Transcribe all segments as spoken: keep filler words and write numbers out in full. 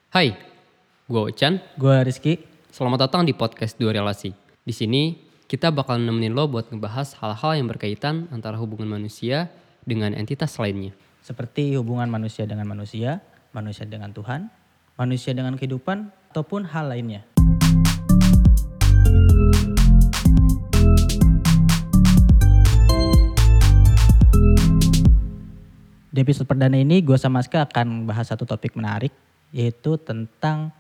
Hai, gue Ochan. Gue Rizky. Selamat datang di podcast Dua Relasi. Di sini kita bakal nemenin lo buat ngebahas hal-hal yang berkaitan antara hubungan manusia dengan entitas lainnya. Seperti hubungan manusia dengan manusia, manusia dengan Tuhan, manusia dengan kehidupan, ataupun hal lainnya. Di episode perdana ini gue sama Aska akan bahas satu topik menarik, yaitu tentang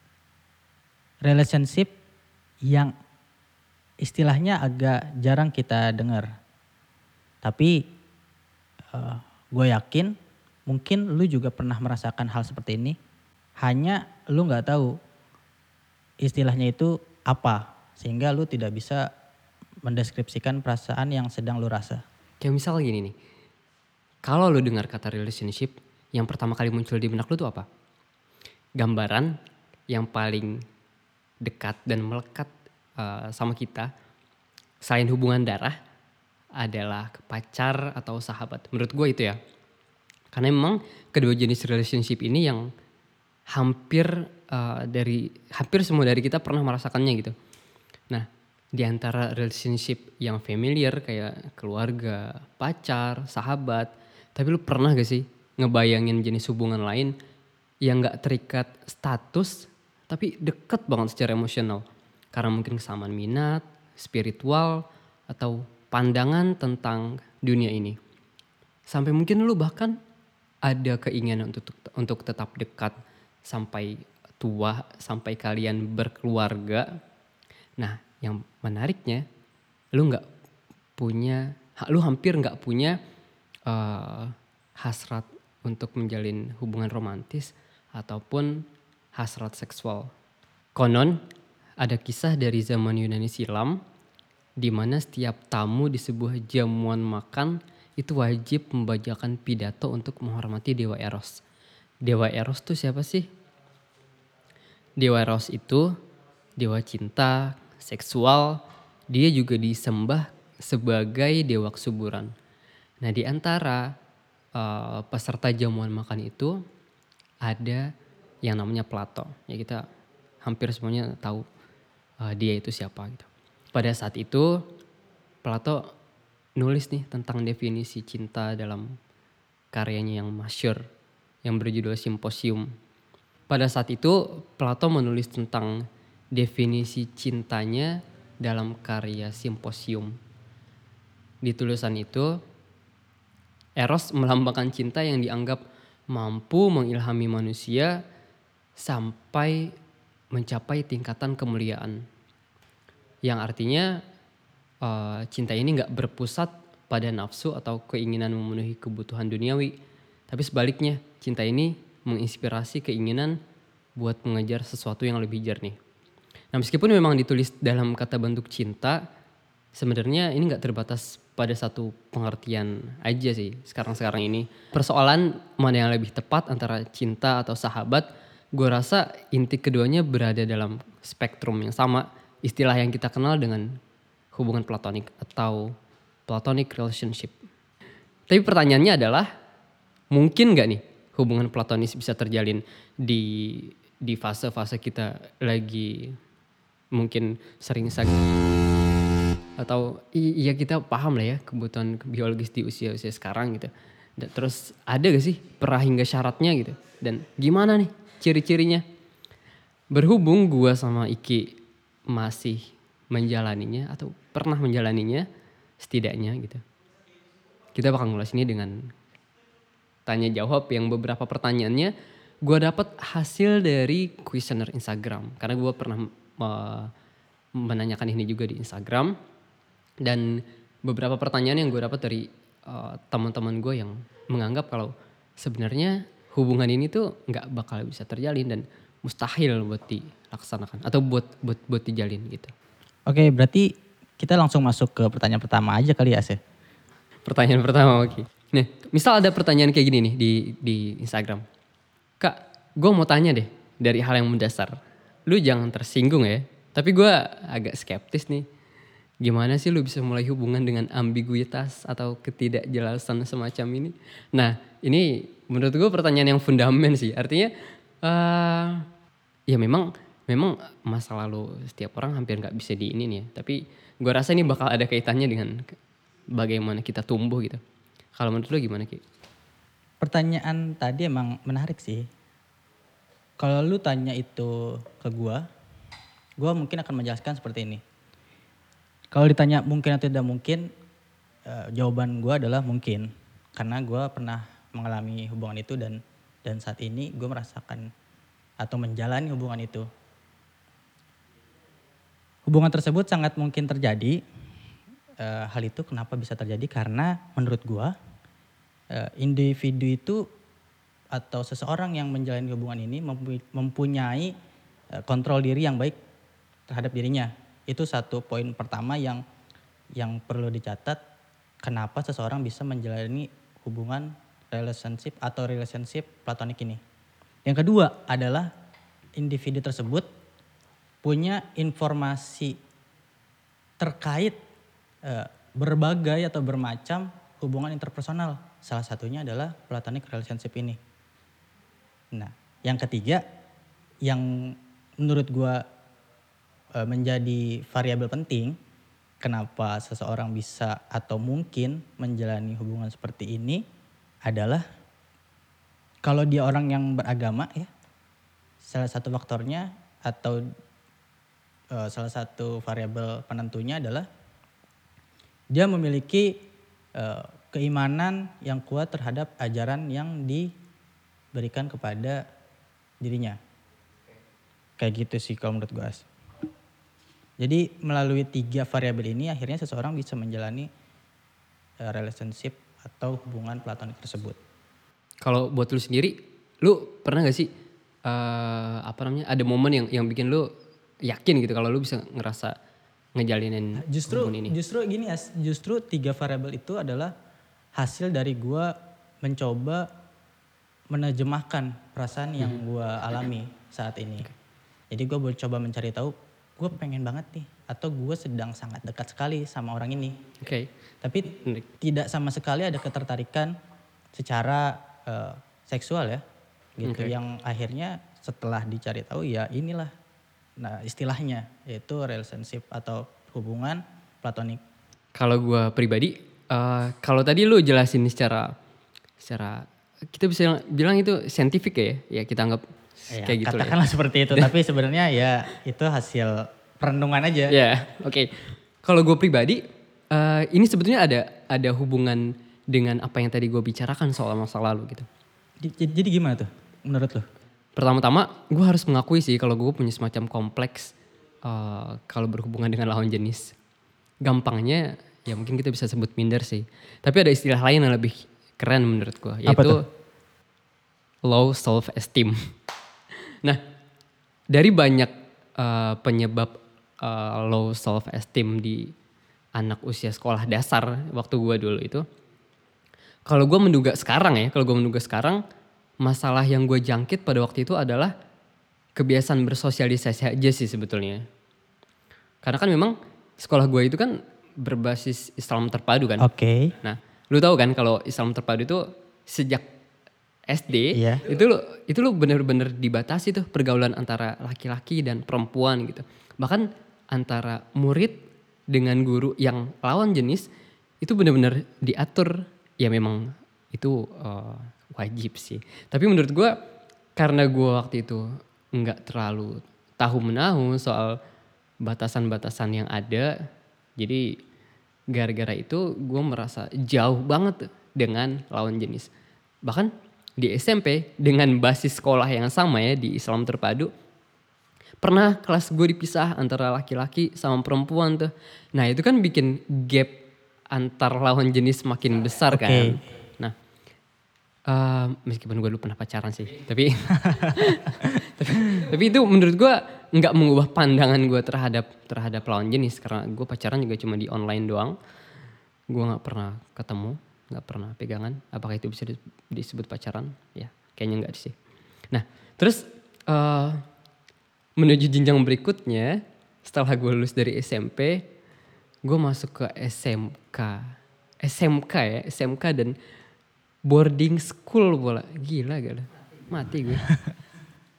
relationship yang istilahnya agak jarang kita dengar. Tapi uh, gue yakin mungkin lu juga pernah merasakan hal seperti ini. Hanya lu gak tahu istilahnya itu apa. Sehingga lu tidak bisa mendeskripsikan perasaan yang sedang lu rasa. Kayak misal gini nih. Kalau lu dengar kata relationship, yang pertama kali muncul di benak lu tuh apa? Gambaran yang paling dekat dan melekat uh, sama kita selain hubungan darah adalah pacar atau sahabat. Menurut gue itu ya. Karena memang kedua jenis relationship ini yang hampir uh, dari hampir semua dari kita pernah merasakannya gitu. Nah, di antara relationship yang familiar kayak keluarga, pacar, sahabat, tapi lu pernah gak sih ngebayangin jenis hubungan lain yang gak terikat status tapi deket banget secara emosional? Karena mungkin kesamaan minat, spiritual, atau pandangan tentang dunia ini. Sampai mungkin lu bahkan ada keinginan untuk untuk tetap dekat sampai tua, sampai kalian berkeluarga. Nah, yang menariknya, lu nggak punya, lu hampir nggak punya uh, hasrat untuk menjalin hubungan romantis ataupun hasrat seksual. Konon ada kisah dari zaman Yunani silam di mana setiap tamu di sebuah jamuan makan itu wajib membacakan pidato untuk menghormati Dewa Eros. Dewa Eros tuh siapa sih? Dewa Eros itu dewa cinta, seksual, dia juga disembah sebagai dewa kesuburan. Nah, di antara uh, peserta jamuan makan itu ada yang namanya Plato. Ya, kita hampir semuanya tahu uh, dia itu siapa gitu. Pada saat itu Plato nulis nih tentang definisi cinta dalam karyanya yang masyhur yang berjudul Simposium. Pada saat itu Plato menulis tentang definisi cintanya dalam karya Simposium. Di tulisan itu Eros melambangkan cinta yang dianggap mampu mengilhami manusia sampai mencapai tingkatan kemuliaan. Yang artinya uh, cinta ini gak berpusat pada nafsu atau keinginan memenuhi kebutuhan duniawi. Tapi sebaliknya, cinta ini menginspirasi keinginan buat mengejar sesuatu yang lebih jernih. Nah, meskipun memang ditulis dalam kata bentuk cinta, sebenarnya ini gak terbatas pada satu pengertian aja sih sekarang-sekarang ini. Persoalan mana yang lebih tepat antara cinta atau sahabat, gue rasa inti keduanya berada dalam spektrum yang sama. Istilah yang kita kenal dengan hubungan platonik atau platonic relationship. Tapi pertanyaannya adalah, mungkin gak nih hubungan platonis bisa terjalin di di fase-fase kita lagi mungkin sering sakit, atau iya kita paham lah ya kebutuhan biologis di usia-usia sekarang gitu. Dan terus ada gak sih pra hingga syaratnya gitu? Dan gimana nih ciri-cirinya? Berhubung gua sama Iki masih menjalaninya atau pernah menjalaninya setidaknya gitu. Kita bakal ngulas ini dengan tanya jawab yang beberapa pertanyaannya gue dapat hasil dari kuesioner Instagram. Karena gue pernah uh, menanyakan ini juga di Instagram. Dan beberapa pertanyaan yang gue dapat dari uh, teman-teman gue yang menganggap kalau sebenarnya hubungan ini tuh gak bakal bisa terjalin dan mustahil buat dilaksanakan atau buat buat buat dijalin gitu. Oke, berarti kita langsung masuk ke pertanyaan pertama aja kali ya, Sih. Pertanyaan pertama, oke. Okay. Nih, misal ada pertanyaan kayak gini nih di di Instagram. Kak, gue mau tanya deh dari hal yang mendasar. Lu jangan tersinggung ya. Tapi gue agak skeptis nih. Gimana sih lu bisa mulai hubungan dengan ambiguitas atau ketidakjelasan semacam ini? Nah, ini menurut gue pertanyaan yang fundamental sih. Artinya Eh ya memang memang masa lalu setiap orang hampir nggak bisa di ini nih ya. Tapi gue rasa ini bakal ada kaitannya dengan ke- bagaimana kita tumbuh gitu. Kalau menurut lu gimana Ki? Pertanyaan tadi emang menarik sih. Kalau lu tanya itu ke gua, gua mungkin akan menjelaskan seperti ini. Kalau ditanya mungkin atau tidak mungkin, eh, jawaban gua adalah mungkin. Karena gua pernah mengalami hubungan itu dan dan saat ini gua merasakan atau menjalani hubungan itu. Hubungan tersebut sangat mungkin terjadi. Eh, hal itu kenapa bisa terjadi? Karena menurut gua eh, individu itu atau seseorang yang menjalani hubungan ini mempu- mempunyai eh, kontrol diri yang baik terhadap dirinya. Itu satu poin pertama yang yang perlu dicatat. Kenapa seseorang bisa menjalani hubungan relationship atau relationship platonik ini. Yang kedua adalah individu tersebut punya informasi terkait eh, berbagai atau bermacam hubungan interpersonal. Salah satunya adalah platonic relationship ini. Nah, yang ketiga yang menurut gua eh, menjadi variabel penting kenapa seseorang bisa atau mungkin menjalani hubungan seperti ini adalah kalau dia orang yang beragama ya, salah satu faktornya atau eh, salah satu variabel penentunya adalah dia memiliki eh, keimanan yang kuat terhadap ajaran yang diberikan kepada dirinya. Kayak gitu sih kalau menurut gue. As. Jadi melalui tiga variabel ini akhirnya seseorang bisa menjalani eh, relationship atau hubungan platonik tersebut. Kalau buat lu sendiri, lu pernah gak sih eh apa namanya ada momen yang yang bikin lu yakin gitu kalau lu bisa ngerasa ngejalinin Justru hubungan ini? justru gini As, justru tiga variabel itu adalah hasil dari gua mencoba menerjemahkan perasaan yang gua alami saat ini. Jadi gue coba mencari tahu, gue pengen banget nih, atau gue sedang sangat dekat sekali sama orang ini. Oke. Tapi Menarik. tidak sama sekali ada ketertarikan secara eh, seksual ya, gitu. Oke. Yang akhirnya setelah dicari tahu ya inilah, nah istilahnya yaitu relationship atau hubungan platonik. Kalau gue pribadi, eh kalau tadi lu jelasin secara secara kita bisa bilang itu saintifik ya, ya kita anggap Ya, kayak gitu lah ya. katakanlah seperti itu, tapi sebenarnya ya itu hasil perenungan aja. Ya, oke. Kalau gue pribadi, eh, ini sebetulnya ada ada hubungan dengan apa yang tadi gue bicarakan soal masa lalu gitu. Jadi, jadi gimana tuh menurut lo? Pertama-tama, gue harus mengakui sih kalau gue punya semacam kompleks eh, kalau berhubungan dengan lawan jenis. Gampangnya, ya mungkin kita bisa sebut minder sih. Tapi ada istilah lain yang lebih keren menurut gue, Apa yaitu tuh? low self esteem. Nah, dari banyak eh, penyebab eh, low self esteem di anak usia sekolah dasar waktu gue dulu itu, kalau gue menduga sekarang ya, kalau gue menduga sekarang, masalah yang gue jangkit pada waktu itu adalah kebiasaan bersosialisasi aja sih sebetulnya. Karena kan memang sekolah gue itu kan berbasis Islam terpadu kan. Oke. Nah, lu tahu kan kalau Islam terpadu itu sejak S D Iya. itu lu itu lu bener-bener dibatasi tuh pergaulan antara laki-laki dan perempuan gitu. Bahkan antara murid dengan guru yang lawan jenis itu bener-bener diatur. Ya memang itu eh, wajib sih. Tapi menurut gue karena gue waktu itu nggak terlalu tahu menahu soal batasan-batasan yang ada, jadi gara-gara itu gue merasa jauh banget tuh dengan lawan jenis. Bahkan di S M P dengan basis sekolah yang sama ya di Islam terpadu, pernah kelas gue dipisah antara laki-laki sama perempuan tuh. Nah itu kan bikin gap antar lawan jenis makin besar Oke. kan. Nah eh, meskipun gue dulu pernah pacaran sih, tapi tapi, tapi itu menurut gue nggak mengubah pandangan gue terhadap terhadap lawan jenis, karena gue pacaran juga cuma di online doang. Gue nggak pernah ketemu, nggak pernah pegangan. Apakah itu bisa disebut pacaran? Ya kayaknya nggak sih. Nah terus eh, menuju jenjang berikutnya, setelah gue lulus dari S M P, gue masuk ke S M K. S M K ya, S M K dan boarding school pula. Gila gak lah, mati gue.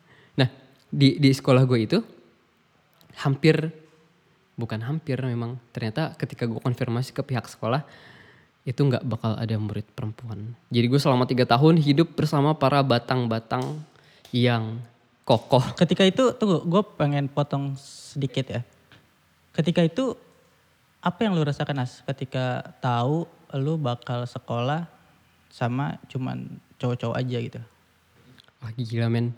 di di sekolah gue itu hampir, bukan hampir memang, ternyata ketika gue konfirmasi ke pihak sekolah itu nggak bakal ada murid perempuan. Jadi gue selama tiga tahun hidup bersama para batang-batang yang kokoh. Ketika itu, tunggu, gue pengen potong sedikit ya. Ketika itu apa yang lu rasakan As? Ketika tahu lu bakal sekolah sama cuman cowok-cowok aja gitu. Wah gila men.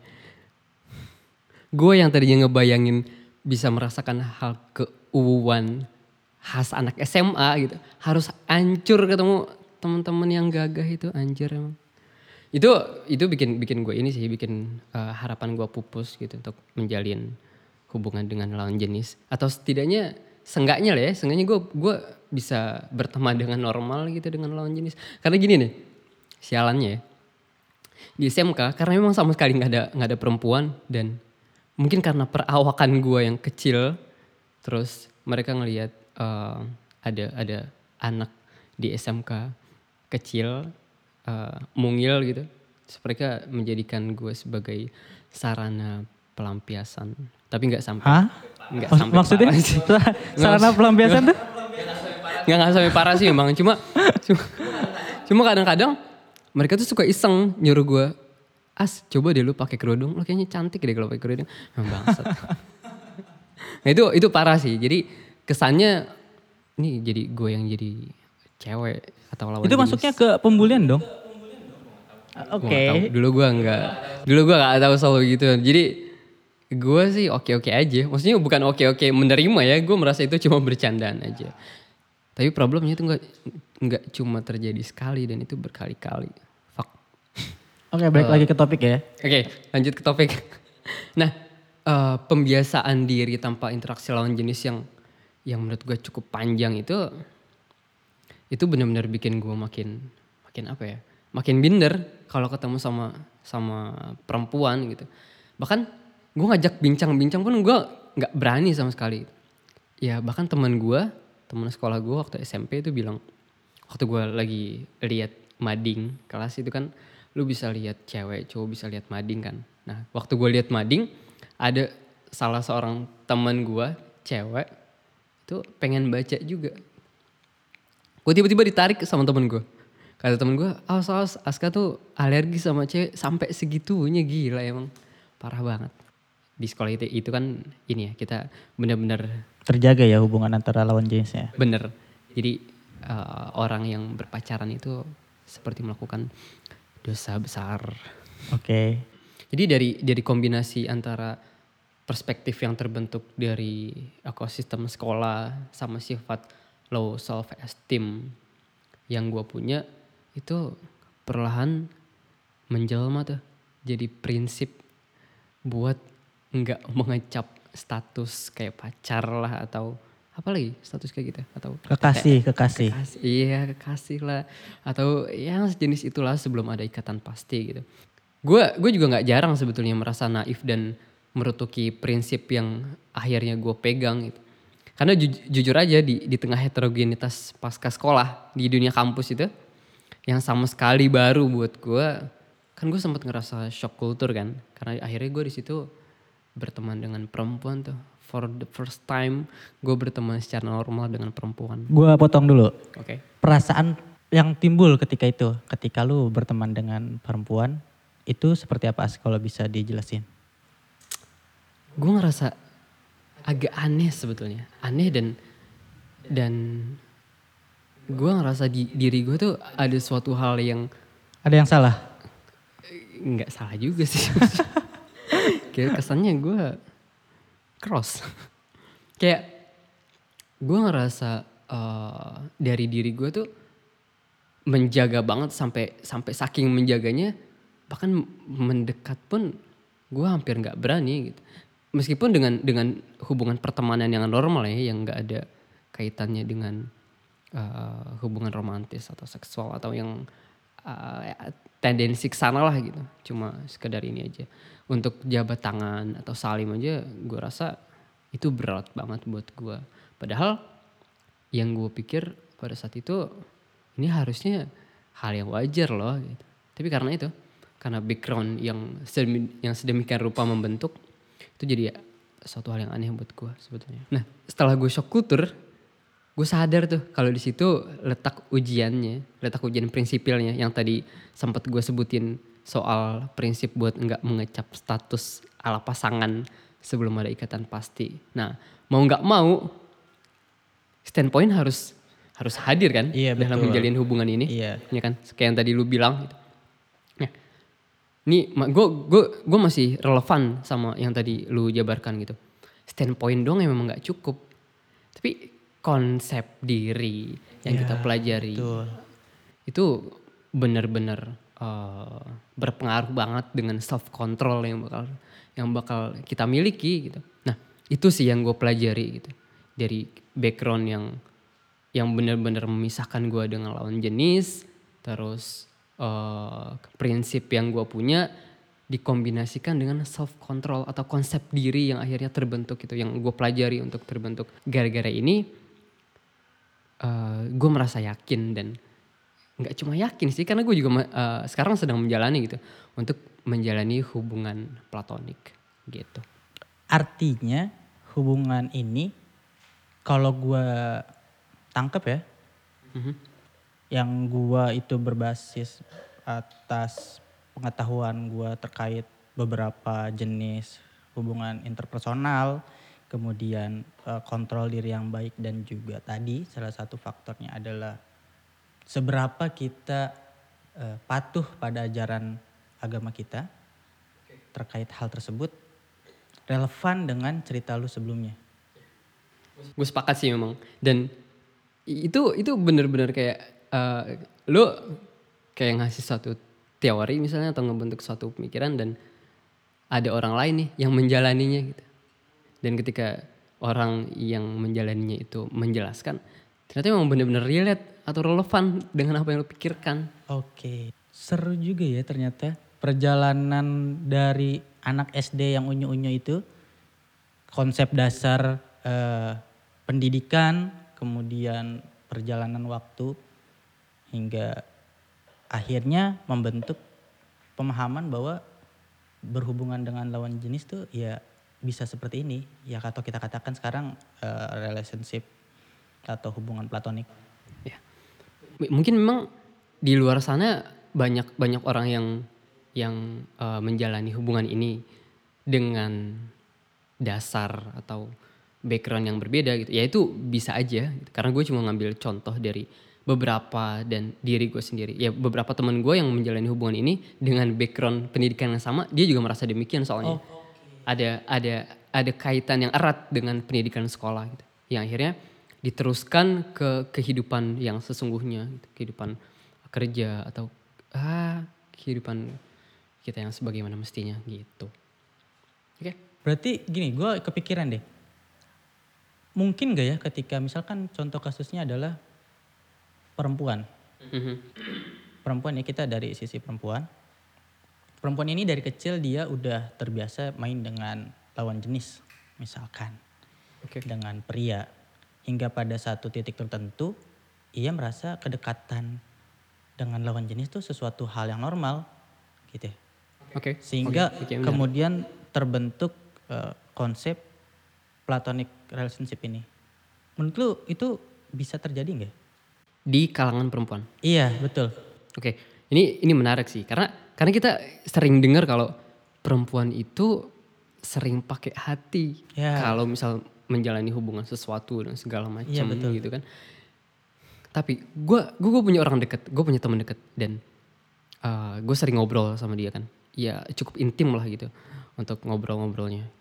Gue yang tadinya ngebayangin bisa merasakan hal keuuan khas anak S M A gitu. Harus hancur ketemu teman-teman yang gagah itu, anjir emang. Itu itu bikin bikin gue ini sih, bikin uh, harapan gue pupus gitu untuk menjalin hubungan dengan lawan jenis. Atau setidaknya, seenggaknya lah ya, seenggaknya gue gue bisa berteman dengan normal gitu dengan lawan jenis. Karena gini nih, sialannya ya. Di S M K karena memang sama sekali nggak ada nggak ada perempuan, dan mungkin karena perawakan gue yang kecil, terus mereka ngelihat uh, ada ada anak di S M K kecil uh, mungil gitu, terus mereka menjadikan gue sebagai sarana pelampiasan, tapi nggak sampai. Hah? Nggak Mas- sampai Maksudnya parah sih. sarana pelampiasan tuh? Nggak nggak sampai parah sih memang, cuma cuma, cuma kadang-kadang mereka tuh suka iseng nyuruh gue, As coba deh lu pakai kerudung, lu kayaknya cantik deh kalau pakai kerudung. Nah, bangsat. Nah itu itu parah sih. Jadi kesannya ini jadi gue yang jadi cewek atau lawan Itu jenis. masuknya ke pembulian dong? Gua Oke. nggak tahu. Dulu gue nggak, dulu gue nggak tahu soal gitu. Jadi gue sih oke-oke aja. Maksudnya bukan oke-oke menerima ya. Gue merasa itu cuma bercandaan aja. Tapi problemnya itu nggak nggak cuma terjadi sekali dan itu berkali-kali. Fuck. Oke, balik lagi ke topik ya. Oke, lanjut ke topik. Nah, eh, pembiasaan diri tanpa interaksi lawan jenis yang yang menurut gue cukup panjang itu, itu benar-benar bikin gue makin makin apa ya? Makin minder kalau ketemu sama sama perempuan gitu. Bahkan gue ngajak bincang-bincang pun gue nggak berani sama sekali. Ya bahkan teman gue, teman sekolah gue waktu S M P itu bilang, waktu gue lagi lihat mading kelas itu kan, lu bisa lihat cewek, cowok bisa lihat mading kan. Nah waktu gue lihat mading, ada salah seorang teman gue cewek itu pengen baca juga. Gue tiba-tiba ditarik sama temen gue. Kata temen gue, awas awas Aska tuh alergi sama cewek sampai segitunya, gila emang parah banget. Di sekolah itu, itu kan ini ya, kita benar-benar Terjaga ya hubungan antara lawan jenisnya. bener. Jadi uh, orang yang berpacaran itu seperti melakukan dosa besar. Oke. Jadi dari dari kombinasi antara perspektif yang terbentuk dari ekosistem sekolah sama sifat low self esteem yang gue punya, itu perlahan menjelma tuh jadi prinsip buat nggak mengecap status kayak pacar lah atau apa lagi status kayak gitu, atau Kekasih, kekasih. kekasih, iya kekasih lah, atau yang sejenis itulah sebelum ada ikatan pasti gitu. Gue gue juga nggak jarang sebetulnya merasa naif dan merutuki prinsip yang akhirnya gue pegang gitu. Karena ju, jujur aja di di tengah heterogenitas pasca sekolah di dunia kampus itu yang sama sekali baru buat gue, kan gue sempat ngerasa shock culture kan, karena akhirnya gue di situ berteman dengan perempuan tuh. For the first time gue berteman secara normal dengan perempuan. Gua potong dulu. Oke. Perasaan yang timbul ketika itu, ketika lu berteman dengan perempuan, itu seperti apa As, kalau bisa dijelasin? Gue ngerasa agak aneh sebetulnya, aneh dan dan gue ngerasa di diri gue tuh ada suatu hal yang Ada yang salah? nggak salah juga sih. Kayak kesannya gue cross. Kayak gue ngerasa uh, dari diri gue tuh menjaga banget, sampai sampai saking menjaganya bahkan mendekat pun gue hampir nggak berani gitu. Meskipun dengan dengan hubungan pertemanan yang normal ya, yang nggak ada kaitannya dengan uh, hubungan romantis atau seksual atau yang uh, tendensi kesana lah gitu. Cuma sekedar ini aja. Untuk jabat tangan atau salim aja gue rasa itu berat banget buat gue. Padahal yang gue pikir pada saat itu ini harusnya hal yang wajar loh gitu. Tapi karena itu, karena background yang sedemi, yang sedemikian rupa membentuk, Itu jadi suatu hal yang aneh buat gue sebetulnya. Nah setelah gue shock culture, gue sadar tuh kalau di situ letak ujiannya, letak ujian prinsipilnya yang tadi sempat gue sebutin soal prinsip buat nggak mengecap status ala pasangan sebelum ada ikatan pasti. Nah mau nggak mau standpoint harus harus hadir kan Iya, dalam betul. menjalin hubungan ini, Iya. ya kan? Kayak yang tadi lu bilang. Gitu. Nah, ini gue gue gue masih relevan sama yang tadi lu jabarkan gitu. Standpoint dong yang memang nggak cukup, tapi konsep diri yang Iya, kita pelajari betul. itu benar-benar uh, berpengaruh banget dengan self control yang bakal yang bakal kita miliki gitu. Nah itu sih yang gue pelajari gitu dari background yang yang benar-benar memisahkan gue dengan lawan jenis, terus uh, prinsip yang gue punya dikombinasikan dengan self control atau konsep diri yang akhirnya terbentuk gitu, yang gue pelajari untuk terbentuk. Gara-gara ini uh, gue merasa yakin dan nggak cuma yakin sih, karena gue juga uh, sekarang sedang menjalani gitu untuk menjalani hubungan platonik gitu. Artinya hubungan ini kalau gue tangkep ya, Mm-hmm. yang gua itu berbasis atas pengetahuan gua terkait beberapa jenis hubungan interpersonal, kemudian eh, kontrol diri yang baik, dan juga tadi salah satu faktornya adalah seberapa kita eh, patuh pada ajaran agama kita terkait hal tersebut, relevan dengan cerita lu sebelumnya. Gue sepakat sih memang, dan itu itu bener-bener kayak uh, lo kayak ngasih suatu teori misalnya atau ngebentuk suatu pemikiran dan ada orang lain nih yang menjalaninya gitu. Dan ketika orang yang menjalaninya itu menjelaskan, ternyata memang bener-bener relate atau relevan dengan apa yang lo pikirkan. Oke, seru juga ya ternyata perjalanan dari anak S D yang unyu-unyu itu, konsep dasar eh, pendidikan, kemudian perjalanan waktu hingga akhirnya membentuk pemahaman bahwa berhubungan dengan lawan jenis tuh ya bisa seperti ini, ya atau kita katakan sekarang eh, relationship atau hubungan platonik. Ya. M- Mungkin memang di luar sana banyak banyak orang yang yang uh, menjalani hubungan ini dengan dasar atau background yang berbeda gitu. Ya itu bisa aja gitu. Karena gue cuma ngambil contoh dari beberapa dan diri gue sendiri. Ya beberapa teman gue yang menjalani hubungan ini dengan background pendidikan yang sama, dia juga merasa demikian soalnya. Oh, Ada ada ada kaitan yang erat dengan pendidikan sekolah gitu. Yang akhirnya diteruskan ke kehidupan yang sesungguhnya gitu. Kehidupan kerja atau ah kehidupan kita yang sebagaimana mestinya gitu. Oke. Berarti gini, gue kepikiran deh. Mungkin gak ya ketika misalkan contoh kasusnya adalah perempuan. Mhm. Perempuan ya, kita dari sisi perempuan. Perempuan ini dari kecil dia udah terbiasa main dengan lawan jenis misalkan. Oke. Dengan pria. Hingga pada satu titik tertentu ia merasa kedekatan dengan lawan jenis itu sesuatu hal yang normal gitu ya. Oke. Sehingga Oke, oke, benar. kemudian terbentuk uh, konsep platonic relationship ini. Menurut lu itu bisa terjadi nggak? Di kalangan perempuan. Iya, betul. Oke, ini ini menarik sih karena karena kita sering dengar kalau perempuan itu sering pakai hati Ya. kalau misal menjalani hubungan sesuatu dan segala macam Iya, betul. gitu kan. Tapi gue gue punya orang deket, gue punya teman deket dan uh, gue sering ngobrol sama dia kan. Ya cukup intim lah gitu untuk ngobrol-ngobrolnya.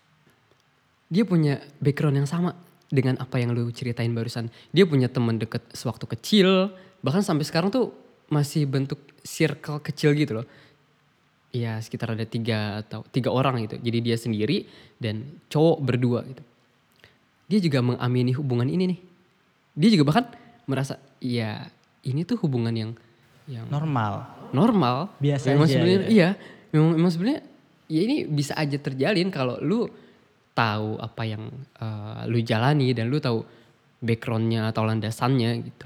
Dia punya background yang sama dengan apa yang lu ceritain barusan. Dia punya teman deket sewaktu kecil, bahkan sampai sekarang tuh masih bentuk circle kecil gitu loh. Ya sekitar ada tiga atau tiga orang gitu. Jadi dia sendiri dan cowok berdua gitu. Dia juga mengamini hubungan ini nih. Dia juga bahkan merasa ya ini tuh hubungan yang yang Normal. normal. Biasa memang aja sebenarnya gitu. iya, memang, memang sebenarnya ya ini bisa aja terjalin kalau lu tahu apa yang uh, lu jalani dan lu tahu backgroundnya atau landasannya gitu.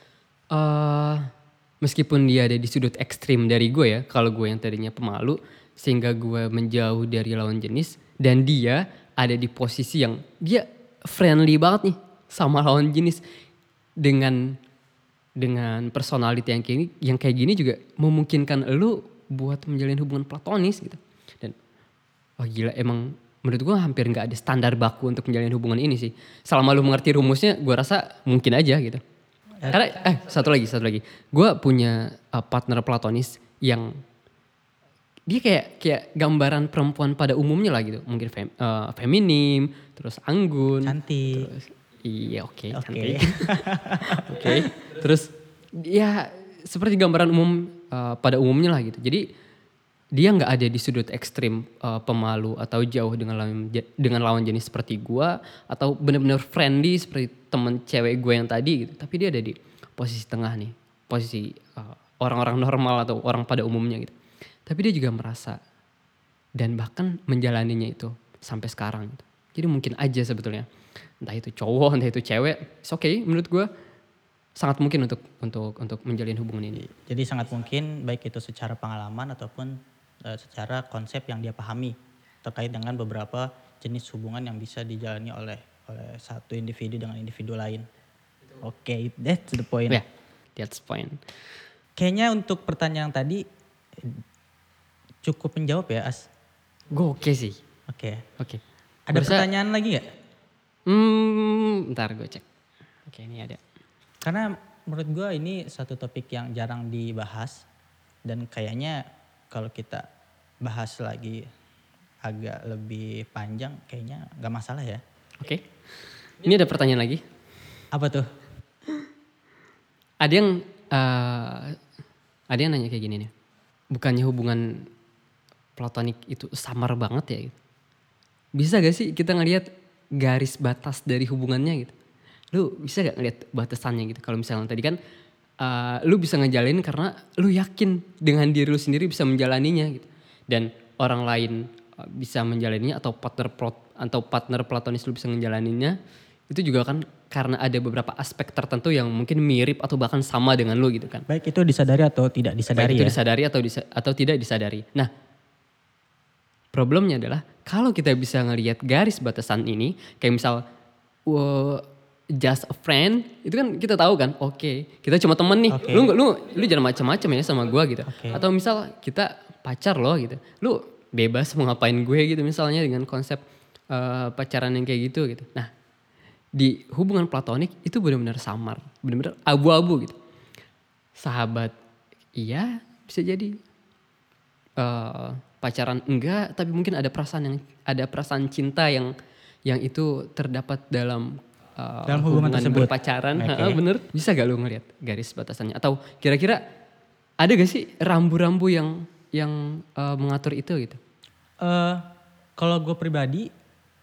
Uh, meskipun dia ada di sudut ekstrim dari gue ya, kalau gue yang tadinya pemalu sehingga gue menjauh dari lawan jenis Dan dia ada di posisi yang dia friendly banget nih sama lawan jenis. Dengan dengan personality yang kayak gini, yang kayak gini juga memungkinkan lu buat menjalin hubungan platonis gitu. Dan wah gila, emang menurut gue hampir nggak ada standar baku untuk menjalin hubungan ini sih. Selama lu mengerti rumusnya, gue rasa mungkin aja gitu. Karena eh satu lagi, satu lagi, gue punya uh, partner platonis yang dia kayak kayak gambaran perempuan pada umumnya lah gitu. Mungkin fem, uh, feminim, terus anggun, Cantik. terus iya oke, okay, Oke. cantik. Oke, okay. Terus ya seperti gambaran umum uh, pada umumnya lah gitu. Jadi dia nggak ada di sudut ekstrim uh, pemalu atau jauh dengan lawan dengan lawan jenis seperti gue, atau benar-benar friendly seperti temen cewek gue yang tadi gitu. Tapi dia ada di posisi tengah nih, posisi uh, orang-orang normal atau orang pada umumnya gitu. Tapi dia juga merasa dan bahkan menjalaninya itu sampai sekarang gitu. Jadi mungkin aja sebetulnya, entah itu cowok, entah itu cewek, it's okay menurut gue, sangat mungkin untuk untuk untuk menjalin hubungan ini. Jadi sangat mungkin baik itu secara pengalaman ataupun uh, secara konsep yang dia pahami terkait dengan beberapa jenis hubungan yang bisa dijalani oleh oleh satu individu dengan individu lain. Oke, okay, that's the point. Ya, yeah, that's the point. Kayaknya untuk pertanyaan tadi cukup menjawab ya, As. Gue oke okay sih. Oke. Okay. Oke. Okay. Ada Berasa, pertanyaan lagi gak? Hmm, ntar gue cek. Oke, ini ada. Karena menurut gue ini satu topik yang jarang dibahas. Dan kayaknya kalau kita bahas lagi agak lebih panjang, kayaknya gak masalah ya. Oke. Ini ada pertanyaan lagi. Apa tuh? Ada yang uh, ada yang nanya kayak gini nih. Bukannya hubungan platonik itu samar banget ya gitu. Bisa gak sih kita ngelihat garis batas dari hubungannya gitu? Lu bisa gak ngelihat batasannya gitu? Kalau misalnya tadi kan uh, lu bisa ngejalin karena lu yakin dengan diri lu sendiri bisa menjalaninya gitu. Dan orang lain uh, bisa menjalaninya, atau partner plot, atau partner platonis lu bisa menjalaninya, itu juga kan karena ada beberapa aspek tertentu yang mungkin mirip atau bahkan sama dengan lu gitu kan. Baik itu disadari atau tidak disadari. Baik itu ya? disadari atau disa- atau tidak disadari. Nah, problemnya adalah kalau kita bisa ngelihat garis batasan ini, kayak misal uh, just a friend, itu kan kita tahu kan, oke, okay, kita cuma temen nih. Okay. Lu lu lu jangan macam-macam ya sama gue gitu. Okay. Atau misal kita pacar loh gitu. Lu bebas mau ngapain gue gitu misalnya dengan konsep uh, pacaran yang kayak gitu gitu. Nah, di hubungan platonik itu benar-benar samar, benar-benar abu-abu gitu. Sahabat iya bisa jadi, uh, pacaran enggak, tapi mungkin ada perasaan yang ada perasaan cinta yang yang itu terdapat dalam uh, dalam hubungan, hubungan tersebut. Berpacaran. Okay. Bener, bisa gak lu ngelihat garis batasannya? Atau kira-kira ada gak sih rambu-rambu yang yang uh, mengatur itu gitu? Uh, kalau gue pribadi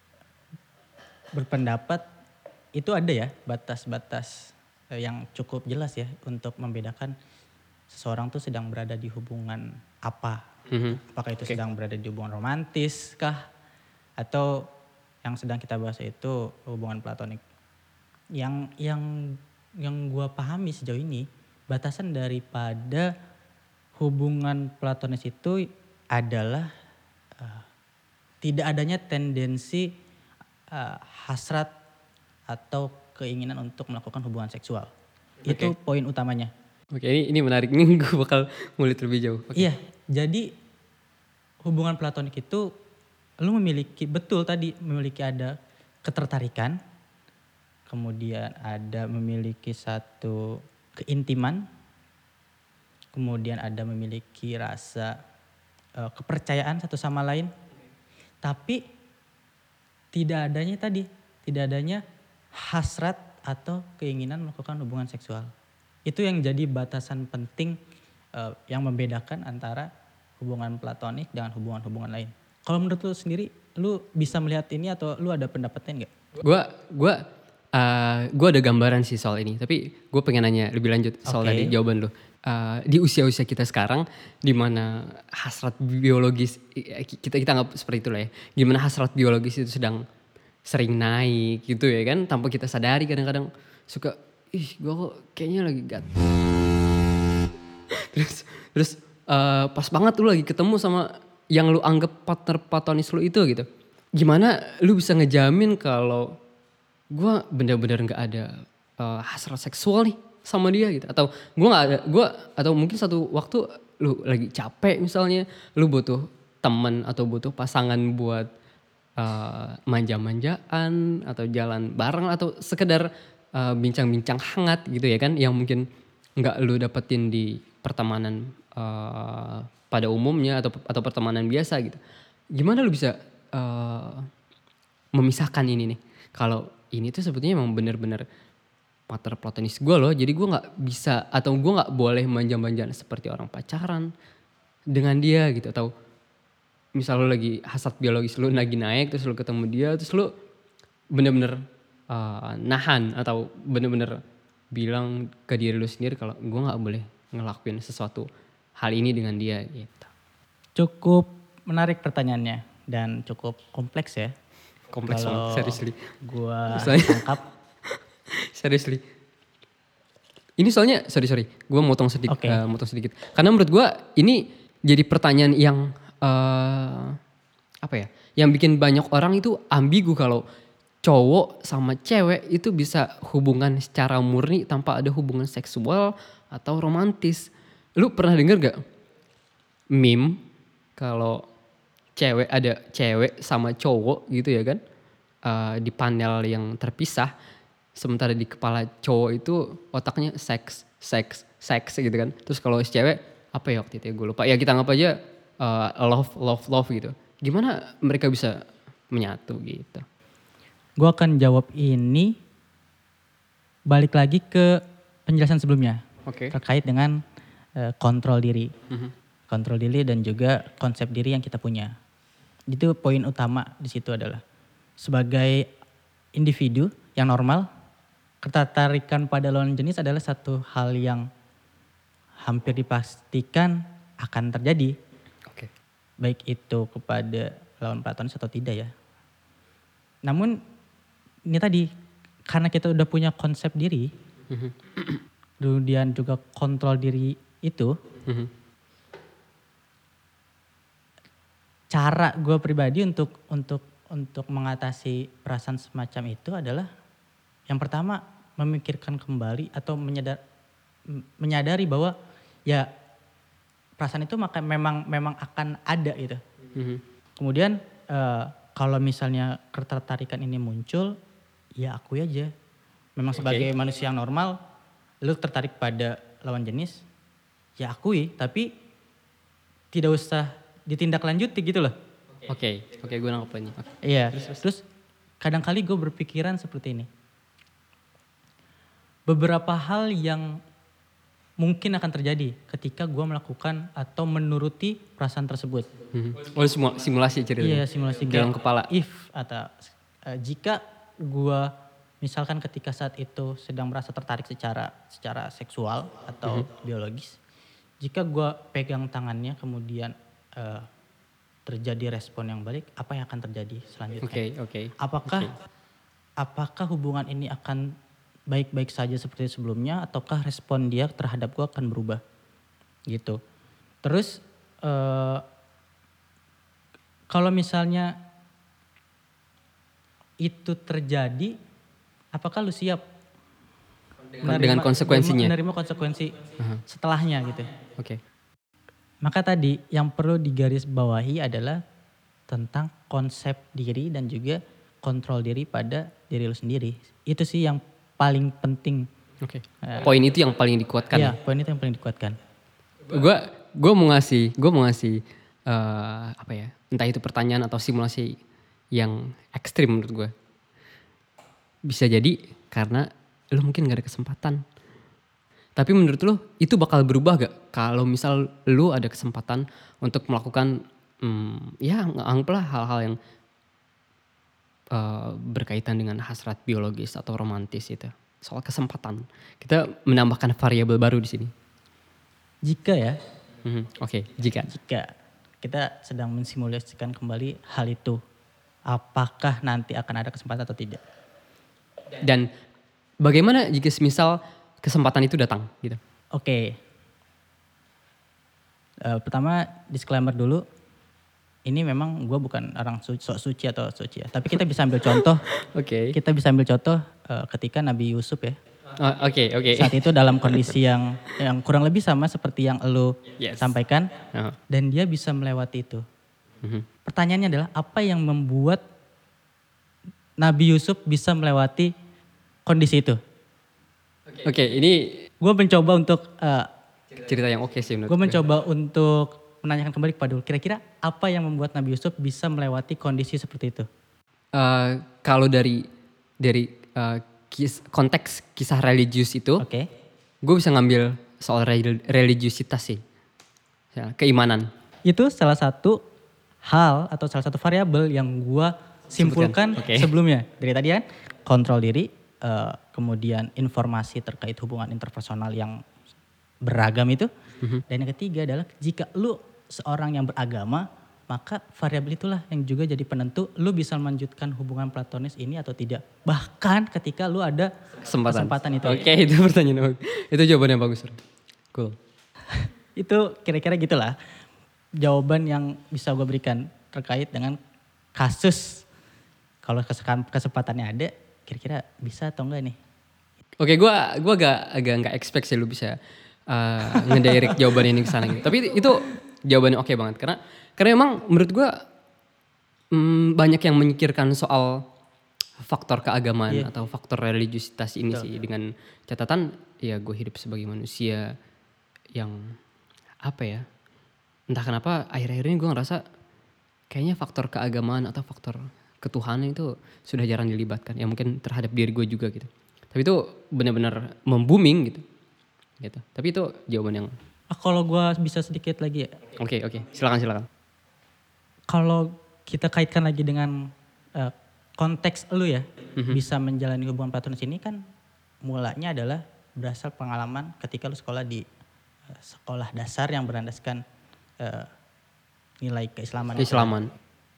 berpendapat itu ada ya batas-batas yang cukup jelas ya untuk membedakan seseorang tuh sedang berada di hubungan apa. Mm-hmm. Apakah itu okay. sedang berada di hubungan romantis kah? Atau yang sedang kita bahas itu hubungan platonik. Yang yang yang gue pahami sejauh ini, batasan daripada hubungan platonis itu adalah uh, tidak adanya tendensi uh, hasrat atau keinginan untuk melakukan hubungan seksual. Okay. Itu poin utamanya. Oke, ini ini menarik, ini gue bakal ngulik lebih jauh. Okay. Iya, jadi hubungan platonik itu lu memiliki, betul tadi, memiliki ada ketertarikan, kemudian ada memiliki satu keintiman, kemudian ada memiliki rasa uh, kepercayaan satu sama lain, tapi tidak adanya tadi, tidak adanya hasrat atau keinginan melakukan hubungan seksual. Itu yang jadi batasan penting uh, yang membedakan antara hubungan platonik dengan hubungan-hubungan lain. Kalau menurut lu sendiri, lu bisa melihat ini atau lu ada pendapatnya nggak? Gue gue uh, gue ada gambaran sih soal ini, tapi gue pengen nanya lebih lanjut soal okay. tadi jawaban lu. Uh, di usia-usia kita sekarang, di mana hasrat biologis kita kita nggak seperti itu lah ya. Gimana hasrat biologis itu sedang sering naik gitu ya kan, tanpa kita sadari kadang-kadang suka, ih gue kok kayaknya lagi gat. terus terus uh, pas banget lu lagi ketemu sama yang lu anggap partner platonis lu itu gitu. gimana lu bisa ngejamin kalau gue bener-bener nggak ada uh, hasrat seksual nih sama dia gitu, atau gue nggak ada gue atau mungkin satu waktu lu lagi capek misalnya, lu butuh temen atau butuh pasangan buat uh, manja-manjaan atau jalan bareng atau sekedar uh, bincang-bincang hangat gitu ya kan, yang mungkin nggak lu dapetin di pertemanan uh, pada umumnya atau atau pertemanan biasa gitu. Gimana lu bisa uh, memisahkan ini nih? Kalau ini tuh sebetulnya emang bener-bener pacar platonis gue loh. Jadi gue gak bisa atau gue gak boleh manja-manjaan seperti orang pacaran dengan dia gitu. Atau misal lu lagi hasrat biologis lu lagi naik terus lu ketemu dia terus lu bener-bener uh, nahan atau bener-bener bilang ke diri lu sendiri kalau gue gak boleh ngelakuin sesuatu hal ini dengan dia gitu. Cukup menarik pertanyaannya dan cukup kompleks ya. Kompleks banget, seriously. Gua Soalnya- tangkap. Seriously. Ini soalnya, sorry sorry, gue motong sedikit, Oke. uh, motong sedikit. Karena menurut gue ini jadi pertanyaan yang uh, apa ya? Yang bikin banyak orang itu ambigu kalau cowok sama cewek itu bisa hubungan secara murni tanpa ada hubungan seksual atau romantis. Lu pernah denger gak meme kalau cewek ada cewek sama cowok gitu ya kan, uh, di panel yang terpisah, sementara di kepala cowok itu otaknya seks seks seks gitu kan, terus kalau si cewek apa ya waktu itu ya gue lupa ya, kita anggap aja uh, love love love gitu. Gimana mereka bisa menyatu gitu? Gue akan jawab ini balik lagi ke penjelasan sebelumnya. Oke. Terkait dengan uh, kontrol diri. Mhm. Kontrol diri dan juga konsep diri yang kita punya. Itu poin utama di situ adalah sebagai individu yang normal, ketertarikan pada lawan jenis adalah satu hal yang hampir dipastikan akan terjadi. Oke. Baik itu kepada lawan platonis atau tidak ya. Namun ini tadi karena kita udah punya konsep diri, Mhm. kemudian juga kontrol diri itu, Mhm. cara gue pribadi untuk untuk untuk mengatasi perasaan semacam itu adalah yang pertama memikirkan kembali atau menyadar, menyadari bahwa ya perasaan itu maka memang memang akan ada gitu. Mhm. Kemudian eh, kalau misalnya ketertarikan ini muncul, ya akui aja. Memang sebagai Oke. manusia yang normal, lu tertarik pada lawan jenis, ya akui. Tapi tidak usah ditindaklanjuti gitu loh. Oke, oke gue nangkep poinnya. Oke. Iya. Terus kadang kali gue berpikiran seperti ini. Beberapa hal yang mungkin akan terjadi ketika gue melakukan atau menuruti perasaan tersebut. Mhm. Oh simu- simulasi ceritanya. Iya, simulasi dalam kayak kepala. If atau eh, jika gue misalkan ketika saat itu sedang merasa tertarik secara secara seksual atau biologis, jika gue pegang tangannya kemudian eh, terjadi respon yang balik, apa yang akan terjadi selanjutnya? Oke, oke. Apakah Oke. apakah hubungan ini akan baik-baik saja seperti sebelumnya ataukah respon dia terhadap gue akan berubah gitu. Terus eh, kalau misalnya itu terjadi, apakah lu siap Dengan konsekuensinya. menerima konsekuensi Aha. setelahnya gitu? Oke. Maka tadi yang perlu digarisbawahi adalah tentang konsep diri dan juga kontrol diri pada diri lu sendiri. Itu sih yang paling penting. Oke. Eh, Poin itu yang paling dikuatkan. Iya, poin itu yang paling dikuatkan. Gue gue mau ngasih gue mau ngasih eh, apa ya, entah itu pertanyaan atau simulasi yang ekstrim menurut gue. Bisa jadi karena lu mungkin gak ada kesempatan. Tapi menurut lu itu bakal berubah gak kalau misal lu ada kesempatan untuk melakukan hmm, ya anggaplah hal-hal yang uh, berkaitan dengan hasrat biologis atau romantis itu. Soal kesempatan. Kita menambahkan variabel baru di sini. Jika ya, Mhm, Oke, jika. jika kita sedang mensimulasikan kembali hal itu, apakah nanti akan ada kesempatan atau tidak? Dan bagaimana jika semisal kesempatan itu datang gitu? Oke. Eh, pertama disclaimer dulu. ini memang gue bukan orang su sok suci atau suci ya. Tapi kita bisa ambil contoh, Oke. kita bisa ambil contoh eh, ketika Nabi Yusuf ya. Oh, Oke, oke. Saat itu dalam kondisi yang yang kurang lebih sama seperti yang lo Yes. sampaikan. Oh. Dan dia bisa melewati itu. Mhm. Pertanyaannya adalah apa yang membuat Nabi Yusuf bisa melewati kondisi itu? Oke, ini Gue mencoba untuk eh, cerita yang oke sih menurut gue gue. mencoba untuk menanyakan kembali kepada lu, kira-kira apa yang membuat Nabi Yusuf bisa melewati kondisi seperti itu? Eh, kalau dari dari eh, kis- konteks kisah religius itu, Oke. gue bisa ngambil soal rel- religiusitas sih. Ya, keimanan. Itu salah satu hal atau salah satu variabel yang gue simpulkan Sebutkan, oke. sebelumnya. Dari tadi kan kontrol diri, eh, kemudian informasi terkait hubungan interpersonal yang beragam itu. Dan yang ketiga adalah jika lu seorang yang beragama, maka variabel itulah yang juga jadi penentu lu bisa melanjutkan hubungan platonis ini atau tidak. Bahkan ketika lu ada Kesempatan. kesempatan itu. Oke, itu pertanyaan bagus. Itu jawaban yang bagus. Ren. Cool. Itu kira-kira gitulah jawaban yang bisa gue berikan terkait dengan kasus. Kalau kesekan- kesempatannya ada, kira-kira bisa atau enggak nih? Oke, gue gua agak agak nggak expect sih lu bisa uh, ngedirect jawaban ini ke sana gitu. Tapi itu jawabannya oke banget karena karena emang menurut gue mm, banyak yang memikirkan soal faktor keagamaan Iya. atau faktor religiusitas ini sih dengan catatan ya gue hidup sebagai manusia yang apa ya, entah kenapa akhir-akhir ini gue ngerasa kayaknya faktor keagamaan atau faktor ketuhanan itu sudah jarang dilibatkan ya, mungkin terhadap diri gue juga gitu. Tapi itu benar-benar membuming gitu. Gitu. Tapi itu jawaban yang Ah, kalau gue bisa sedikit lagi ya. oke oke silakan silakan. Kalau kita kaitkan lagi dengan eh, konteks lu ya, bisa menjalani hubungan platonis ini kan mulanya adalah berasal pengalaman ketika lu sekolah di eh, sekolah dasar yang berlandaskan eh, nilai keislaman. Keislaman.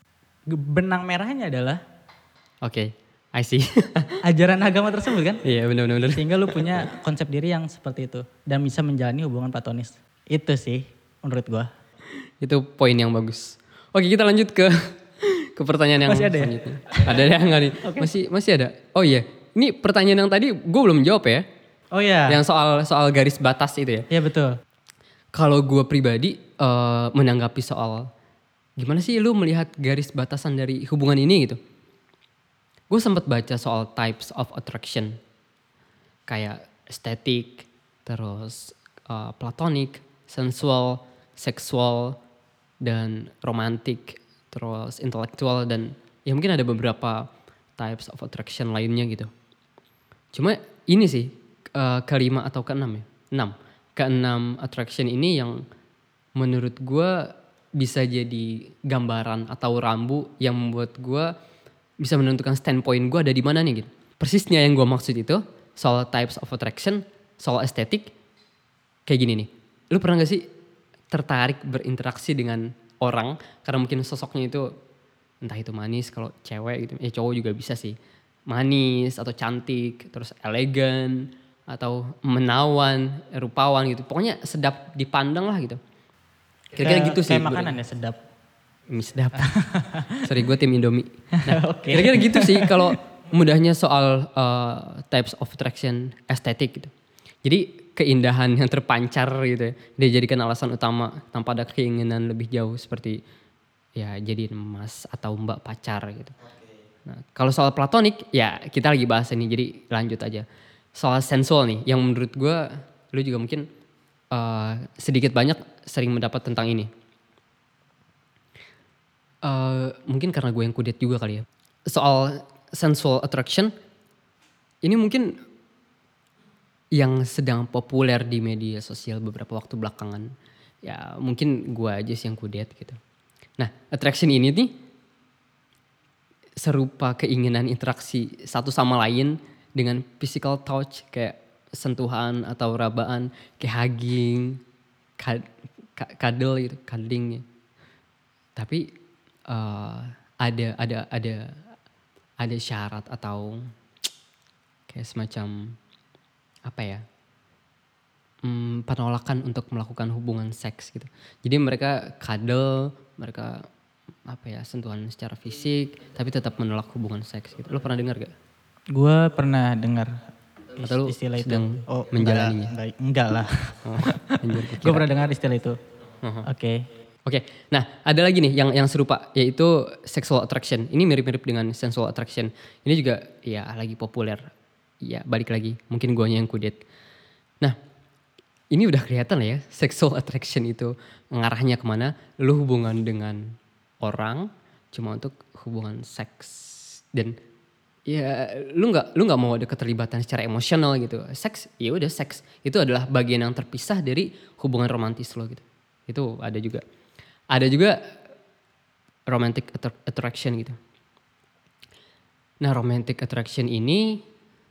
Benang merahnya adalah Oke, I see. ajaran agama tersebut kan, Iya benar-benar. benar. sehingga lu punya konsep diri yang seperti itu dan bisa menjalani hubungan platonis. Itu sih menurut gua. Itu poin yang bagus. Oke kita lanjut ke ke pertanyaan yang Masih ada ya? selanjutnya. Ada ya nggak nih? Masih masih ada. Oh iya, ini pertanyaan yang tadi gue belum jawab ya. Oh ya, Yang soal soal garis batas itu ya. iya betul. Kalau gue pribadi eh, menanggapi soal gimana sih lu melihat garis batasan dari hubungan ini gitu. Gue sempat baca soal types of attraction. Kayak estetik, terus uh, platonic, sensual, seksual, dan romantic, terus intelektual, dan ya mungkin ada beberapa types of attraction lainnya gitu. Cuma ini sih uh, kelima atau keenam ya, enam. Keenam attraction ini yang menurut gue bisa jadi gambaran atau rambu yang membuat gue bisa menentukan standpoint gue ada di mana nih gitu. Persisnya yang gue maksud itu soal types of attraction, soal estetik kayak gini nih. Lu pernah gak sih tertarik berinteraksi dengan orang karena mungkin sosoknya itu entah itu manis kalau cewek gitu, ya cowok juga bisa sih. Manis atau cantik, terus elegan atau menawan, rupawan gitu. Pokoknya sedap dipandang lah gitu. Kira-kira Kayak- gitu sih. Kayak makanan ya sedap. Mie sedap. Sorry gue tim Indomie. Nah, Oke. kira-kira gitu sih kalau mudahnya soal uh, types of attraction estetik gitu. Jadi keindahan yang terpancar gitu ya, dia jadikan alasan utama tanpa ada keinginan lebih jauh seperti ya jadi mas atau mbak pacar gitu. Nah, kalau soal platonik ya kita lagi bahas ini jadi lanjut aja. Soal sensual nih yang menurut gue lu juga mungkin uh, sedikit banyak sering mendapat tentang ini. Uh, mungkin karena gue yang kudet juga kali ya. Soal sensual attraction ini mungkin yang sedang populer di media sosial beberapa waktu belakangan. Ya mungkin gue aja sih yang kudet gitu. Nah attraction ini nih serupa keinginan interaksi satu sama lain dengan physical touch kayak sentuhan atau rabaan kayak hugging, kad, cuddle gitu, cuddling. Tapi uh, ada ada ada ada syarat atau kayak semacam apa ya hmm, penolakan untuk melakukan hubungan seks gitu. Jadi mereka cuddle, mereka apa ya sentuhan secara fisik tapi tetap menolak hubungan seks gitu. Lu pernah dengar gak? Gue pernah dengar Atau lu istilah itu. sedang Oh, menjalaninya? Enggak, enggak lah. Oh, anjir, gua Gue kira. pernah dengar istilah itu. Uh-huh. Oke. Oke, nah ada lagi nih yang yang serupa yaitu sexual attraction. Ini mirip-mirip dengan sensual attraction. Ini juga ya lagi populer. Ya balik lagi, mungkin guanya yang kudet. Nah ini udah kelihatan lah ya sexual attraction itu mengarahnya kemana. Lu hubungan dengan orang cuma untuk hubungan seks dan ya lu nggak lu nggak mau ada keterlibatan secara emosional gitu. Seks ya udah seks itu adalah bagian yang terpisah dari hubungan romantis lo gitu. Itu ada juga. Ada juga romantic attra- attraction gitu. Nah romantic attraction ini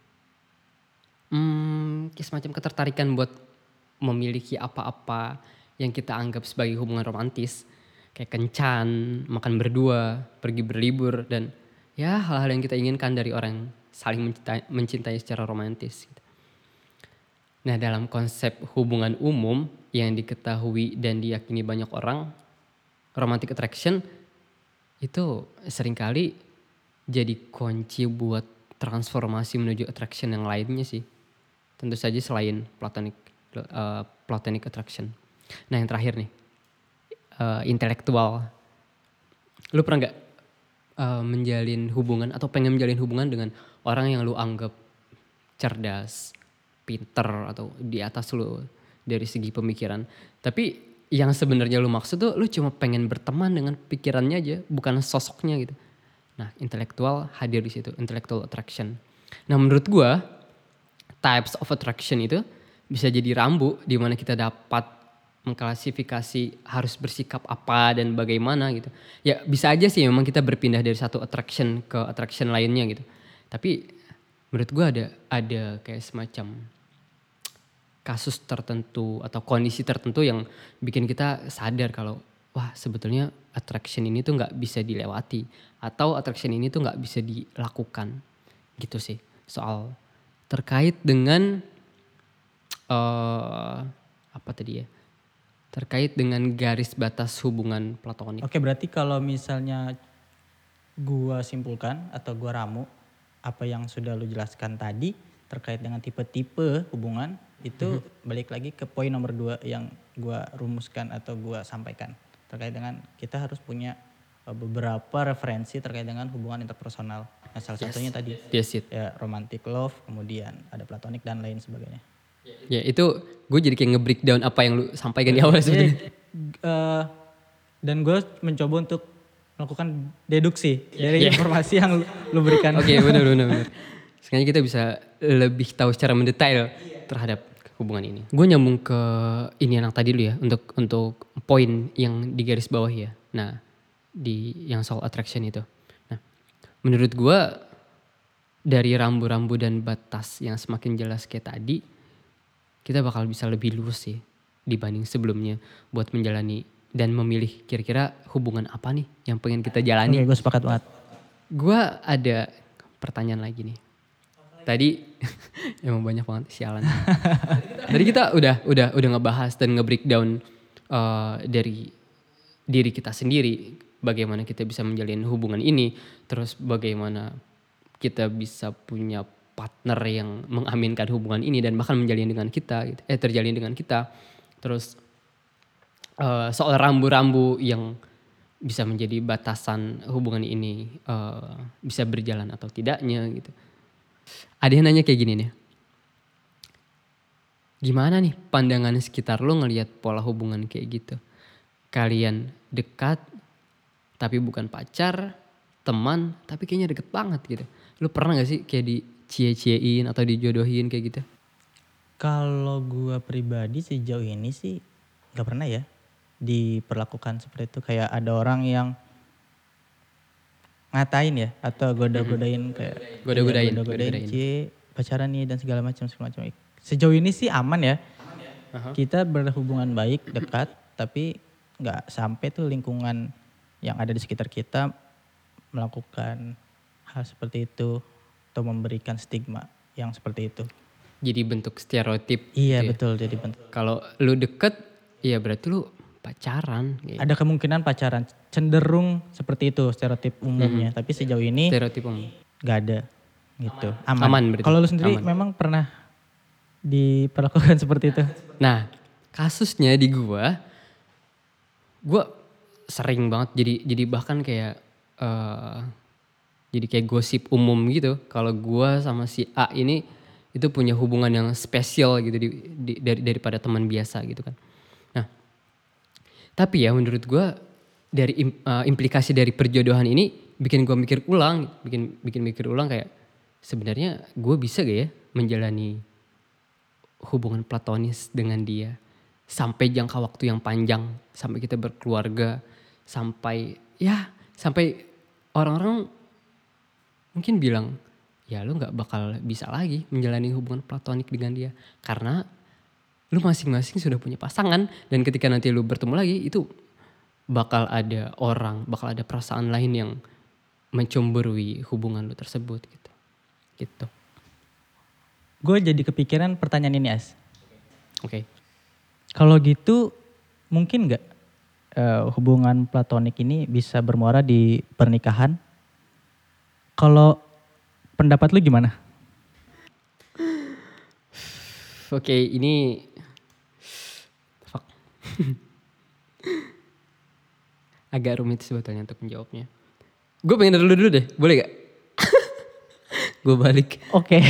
hmm, kayak semacam ketertarikan buat memiliki apa-apa yang kita anggap sebagai hubungan romantis. Kayak kencan, makan berdua, pergi berlibur dan ya hal-hal yang kita inginkan dari orang yang saling mencintai, mencintai secara romantis. Gitu. Nah dalam konsep hubungan umum yang diketahui dan diyakini banyak orang, romantic attraction itu seringkali jadi kunci buat transformasi menuju attraction yang lainnya sih. Tentu saja selain platonic uh, platonic attraction. Nah yang terakhir nih, uh, intelektual. Lu pernah nggak uh, menjalin hubungan atau pengen menjalin hubungan dengan orang yang lu anggap cerdas, pinter atau di atas lu dari segi pemikiran. Tapi yang sebenarnya lu maksud tuh lu cuma pengen berteman dengan pikirannya aja, bukan sosoknya gitu. Nah, intelektual hadir di situ, intellectual attraction. Nah, menurut gua types of attraction itu bisa jadi rambu di mana kita dapat mengklasifikasi harus bersikap apa dan bagaimana gitu. Ya bisa aja sih memang kita berpindah dari satu attraction ke attraction lainnya gitu. Tapi menurut gue ada ada kayak semacam kasus tertentu atau kondisi tertentu yang bikin kita sadar kalau wah sebetulnya attraction ini tuh nggak bisa dilewati atau attraction ini tuh nggak bisa dilakukan gitu sih soal terkait dengan uh, apa tadi ya terkait dengan garis batas hubungan platonik. Oke, berarti kalau misalnya gua simpulkan atau gua ramu apa yang sudah lu jelaskan tadi terkait dengan tipe-tipe hubungan itu mm-hmm. balik lagi ke poin nomor dua yang gua rumuskan atau gua sampaikan terkait dengan kita harus punya beberapa referensi terkait dengan hubungan interpersonal. Nah, salah yes. satunya tadi yes, it. ya romantic love, kemudian ada platonic dan lain sebagainya. Ya itu gue jadi kayak nge-breakdown apa yang lu sampaikan di awal sebenarnya. Uh, dan gue mencoba untuk melakukan deduksi yeah. dari yeah. informasi yang lu, lu berikan. Oke okay, benar benar. Sekarang kita bisa lebih tahu secara mendetail terhadap hubungan ini. Gue nyambung ke ini yang tadi dulu ya untuk untuk poin yang di garis bawah ya. Nah di yang soal attraction itu. Nah menurut gue dari rambu-rambu dan batas yang semakin jelas kayak tadi, kita bakal bisa lebih lurus sih dibanding sebelumnya buat menjalani dan memilih kira-kira hubungan apa nih yang pengen kita jalani. Oke, gue sepakat banget. Gue ada pertanyaan lagi nih. Tadi emang banyak banget sialan. Tadi kita udah udah udah ngebahas dan nge-breakdown uh, dari diri kita sendiri, bagaimana kita bisa menjalin hubungan ini, terus bagaimana kita bisa punya partner yang mengaminkan hubungan ini dan bahkan menjalin dengan kita gitu. eh terjalin dengan kita terus uh, soal rambu-rambu yang bisa menjadi batasan hubungan ini uh, bisa berjalan atau tidaknya gitu. Ada yang nanya kayak gini nih, gimana nih pandangan sekitar lo ngelihat pola hubungan kayak gitu, kalian dekat tapi bukan pacar, teman tapi kayaknya deket banget gitu. Lo pernah gak sih kayak di cie-ciein atau dijodohin kayak gitu? Kalau gue pribadi sejauh ini sih nggak pernah ya diperlakukan seperti itu. Kayak ada orang yang ngatain ya atau goda-godain kayak goda-godain, ya, goda-godain cie pacaran nih dan segala macam segala macam. Sejauh ini sih aman ya. Uh-huh. Kita berhubungan baik dekat tapi nggak sampai tuh lingkungan yang ada di sekitar kita melakukan hal seperti itu atau memberikan stigma yang seperti itu. Jadi bentuk stereotip. Iya gitu betul ya. Jadi bentuk. Kalau lu deket ya berarti lu pacaran. Gitu. Ada kemungkinan pacaran, cenderung seperti itu stereotip umumnya. Tapi sejauh ini Stereotip umum. gak ada gitu, aman. Aman berarti. Kalau lu sendiri Aman. memang pernah diperlakukan seperti itu? Nah, kasusnya di gua, gua sering banget jadi jadi bahkan kayak eh jadi kayak gosip umum gitu. Kalau gua sama si A ini itu punya hubungan yang spesial gitu di, di- dari daripada teman biasa gitu kan. Nah, tapi ya menurut gua dari im- eh, implikasi dari perjodohan ini bikin gua mikir ulang, bikin bikin mikir ulang kayak sebenarnya gua bisa gak ya menjalani hubungan platonis dengan dia sampai jangka waktu yang panjang, sampai kita berkeluarga, sampai ya sampai orang-orang mungkin bilang ya lu nggak bakal bisa lagi menjalani hubungan platonik dengan dia karena lu masing-masing sudah punya pasangan, dan ketika nanti lu bertemu lagi itu bakal ada orang, bakal ada perasaan lain yang mencemburui hubungan lu tersebut gitu. Gitu. Gue jadi kepikiran pertanyaan ini, As. Oke. Kalau gitu mungkin nggak eh, hubungan platonik ini bisa bermuara di pernikahan? Kalau pendapat lu gimana? Oke, ini fuck. Agak rumit sebetulnya untuk menjawabnya. Gue pengen dulu dulu deh, boleh gak? Gue balik. Oke.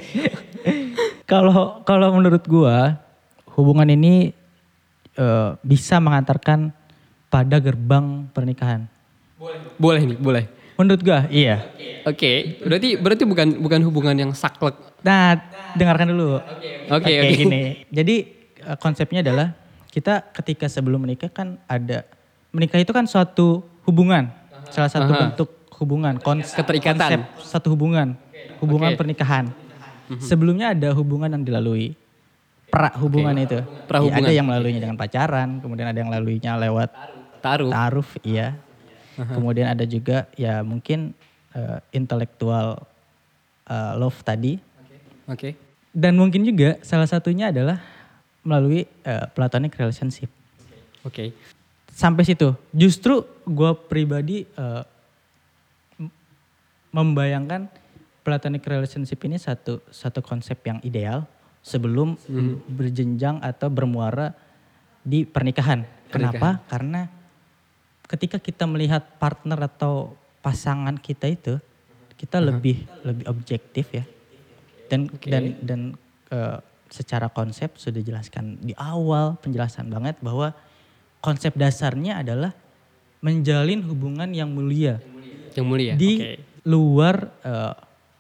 Kalau kalau menurut gua hubungan ini eh, bisa mengantarkan pada gerbang pernikahan. Boleh nih, boleh. Menurut gua, iya. Oke, berarti berarti bukan bukan hubungan yang saklek. Nah, dengarkan dulu. Oke, oke. Gini. Jadi eh, konsepnya adalah kita ketika sebelum menikah kan ada, menikah itu kan suatu hubungan, salah satu Aha. bentuk hubungan, kons- Keterikatan. konsep satu hubungan, hubungan Oke. pernikahan. Sebelumnya ada hubungan yang dilalui, pra hubungan itu. Pra Ya, ada hubungan. yang melaluinya dengan pacaran, kemudian ada yang melaluinya lewat Taruh. taruh, iya. Kemudian ada juga ya mungkin eh, intelektual eh, love tadi. Oke. Dan mungkin juga salah satunya adalah melalui eh, platonic relationship. Oke. Sampai situ. Justru gue pribadi eh, m- membayangkan platonic relationship ini satu satu konsep yang ideal sebelum berjenjang atau bermuara di pernikahan. Kenapa? Karena ketika kita melihat partner atau pasangan kita itu, kita lebih lebih objektif ya. Dan Oke. dan dan eh, secara konsep sudah dijelaskan di awal penjelasan banget bahwa konsep dasarnya adalah menjalin hubungan yang mulia Yang mulia. di Oke. luar eh,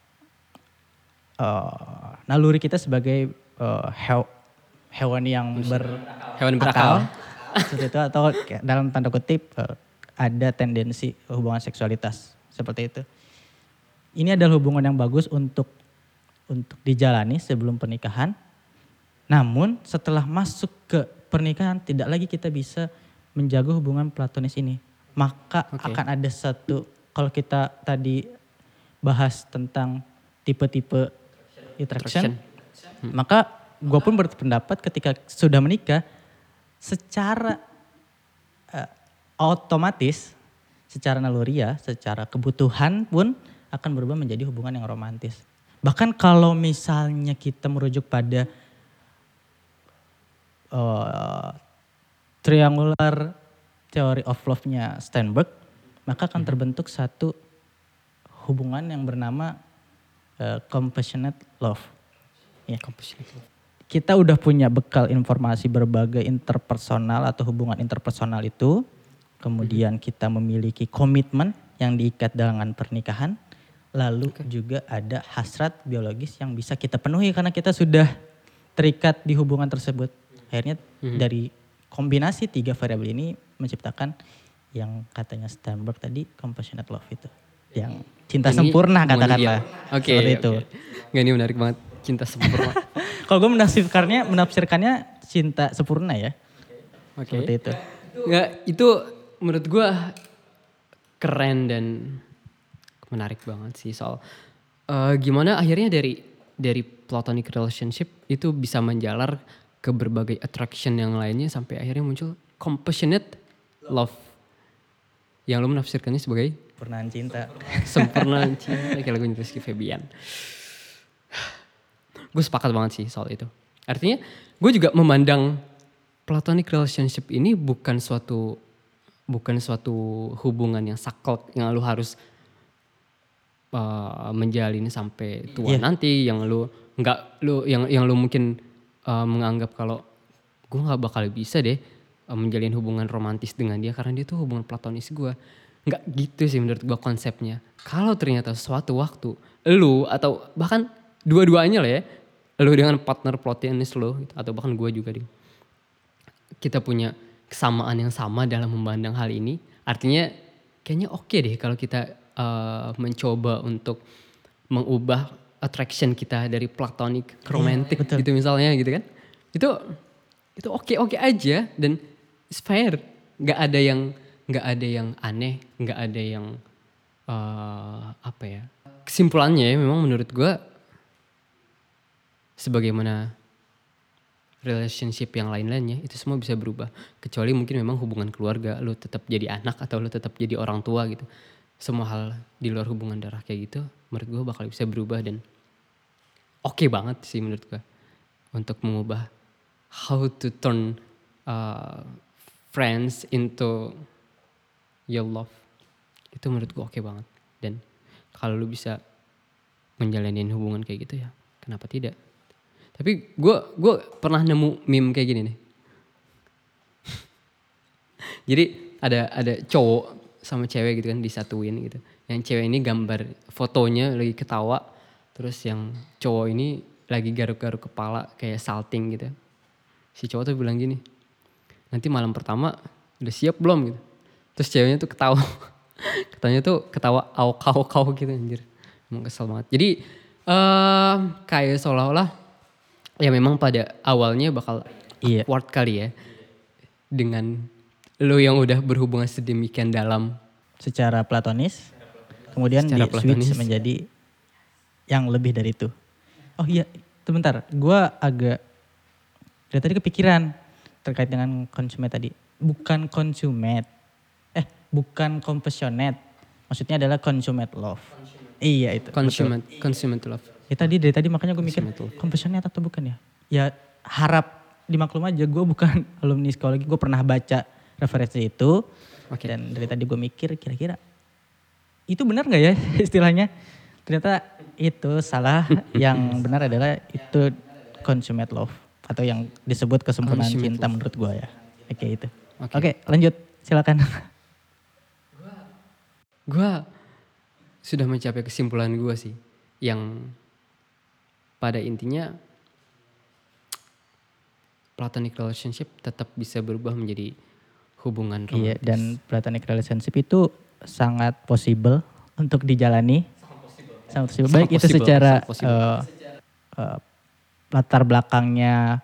eh, naluri kita sebagai eh, hew- hewan yang ber Hewan berakal. seperti itu, atau kayak dalam tanda kutip eh, ada tendensi hubungan seksualitas seperti itu. Ini adalah hubungan yang bagus untuk untuk dijalani sebelum pernikahan. Namun setelah masuk ke pernikahan tidak lagi kita bisa menjaga hubungan platonis ini. Maka Oke. akan ada satu, kalau kita tadi bahas tentang tipe-tipe attraction, maka gue pun berpendapat ketika sudah menikah secara eh, otomatis, secara naluriah, secara kebutuhan pun akan berubah menjadi hubungan yang romantis. Bahkan kalau misalnya kita merujuk pada eh, triangular theory of love-nya Steinberg, maka akan terbentuk satu hubungan yang bernama eh, compassionate love. Ya. Kita udah punya bekal informasi berbagai interpersonal atau hubungan interpersonal itu. Kemudian kita memiliki komitmen yang diikat dengan pernikahan. Lalu juga ada hasrat biologis yang bisa kita penuhi karena kita sudah terikat di hubungan tersebut. Akhirnya dari kombinasi tiga variabel ini menciptakan yang katanya Steinberg tadi compassionate love itu. Yang cinta Ini sempurna hubungan katakanlah. ideal. Oke. Seperti oke. itu. Nggak, ini menarik banget. Cinta sempurna. Kalau gue menafsirkannya, menafsirkannya cinta sempurna ya. Oke. Seperti itu. Nggak, itu menurut gue keren dan menarik banget sih soal eh, gimana akhirnya dari dari platonic relationship itu bisa menjalar ke berbagai attraction yang lainnya sampai akhirnya muncul compassionate love. Yang lo menafsirkannya sebagai Pernaan cinta. sempurna cinta kayak lagunya Rizky Febian. Gue sepakat banget sih soal itu. Artinya gue juga memandang platonic relationship ini bukan suatu bukan suatu hubungan yang saklek yang lu harus uh, menjalin sampai tua Iya. nanti, yang lu nggak lu yang yang lu mungkin uh, menganggap kalau gue nggak bakal bisa deh uh, menjalin hubungan romantis dengan dia karena dia tuh hubungan platonis gue. Nggak gitu sih menurut gue konsepnya. Kalau ternyata suatu waktu lu atau bahkan dua-duanya lah ya, lu dengan partner platonis lu gitu, atau bahkan gue juga deh, kita punya kesamaan yang sama dalam memandang hal ini, artinya kayaknya oke deh kalau kita uh, mencoba untuk mengubah attraction kita dari platonic ke romantic betul. gitu misalnya gitu kan. Itu itu oke-oke aja dan it's fair. Nggak ada yang nggak ada yang aneh, nggak ada yang uh, apa ya. Kesimpulannya ya memang menurut gue sebagaimana relationship yang lain-lainnya itu semua bisa berubah, kecuali mungkin memang hubungan keluarga, lu tetap jadi anak atau lu tetap jadi orang tua gitu. Semua hal di luar hubungan darah kayak gitu menurut gue bakal bisa berubah dan oke okay banget sih menurut gue untuk mengubah how to turn uh, friends into your love. Itu menurut gue oke okay banget. Dan kalau lu bisa menjalanin hubungan kayak gitu ya kenapa tidak. Tapi gue gue pernah nemu meme kayak gini nih. Jadi ada ada cowok sama cewek gitu kan disatuin gitu. Yang cewek ini gambar fotonya lagi ketawa, terus yang cowok ini lagi garuk-garuk kepala kayak salting gitu. Si cowok tuh bilang gini, nanti malam pertama udah siap belum gitu. Terus ceweknya tuh ketawa, katanya tuh ketawa auk-auk gitu anjir. Emang kesel banget. Jadi uh, kayak seolah-olah ya memang pada awalnya bakal Iya. awkward kali ya. Dengan lo yang udah berhubungan sedemikian dalam. Secara platonis. Kemudian Secara di platonis. switch menjadi yang lebih dari itu. Oh iya, sebentar. Gue agak dari tadi kepikiran terkait dengan consummate tadi. Bukan consummate. Eh, bukan compassionate. Maksudnya adalah consummate love. Iya itu. Consummate, consummate love. Ya tadi dari tadi makanya gue mikir Consummate love. compassionate atau bukan ya? Ya harap dimaklum aja gue bukan alumni psikologi, gue pernah baca referensi itu. Oke. Dan dari tadi gue mikir kira-kira itu benar gak ya istilahnya? Ternyata itu salah, yang benar adalah itu consummate love. Atau yang disebut kesempurnaan Consummate cinta love. menurut gue ya. Oke itu. Oke. Oke lanjut silakan. Gue sudah mencapai kesimpulan gue sih. Yang pada intinya platonic relationship tetap bisa berubah menjadi hubungan romantis. Iya, dan platonic relationship itu sangat possible untuk dijalani. Sangat possible. Baik Sangat itu possible, secara sangat possible. uh, uh, latar belakangnya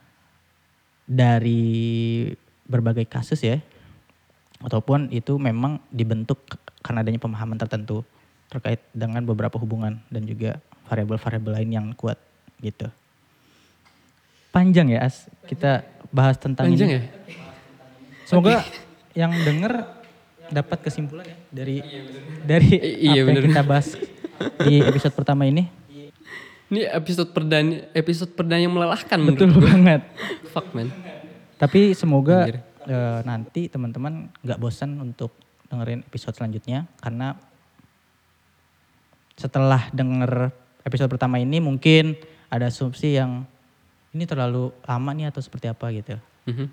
dari berbagai kasus ya. Ataupun itu memang dibentuk karena adanya pemahaman tertentu terkait dengan beberapa hubungan dan juga variabel-variabel lain yang kuat gitu. Panjang ya As, kita bahas tentang Panjang ini. ya? Semoga yang denger dapat kesimpulan ya dari dari I- iya, apa yang bener. kita bahas di episode pertama ini. Ini episode perdana episode perdana yang melelahkan Betul menurut gue. banget. Fuck man. Tapi semoga Anjir. eh, nanti teman-teman nggak bosan untuk dengerin episode selanjutnya karena setelah denger episode pertama ini mungkin ada asumsi yang ini terlalu lama nih atau seperti apa gitu. Mhm.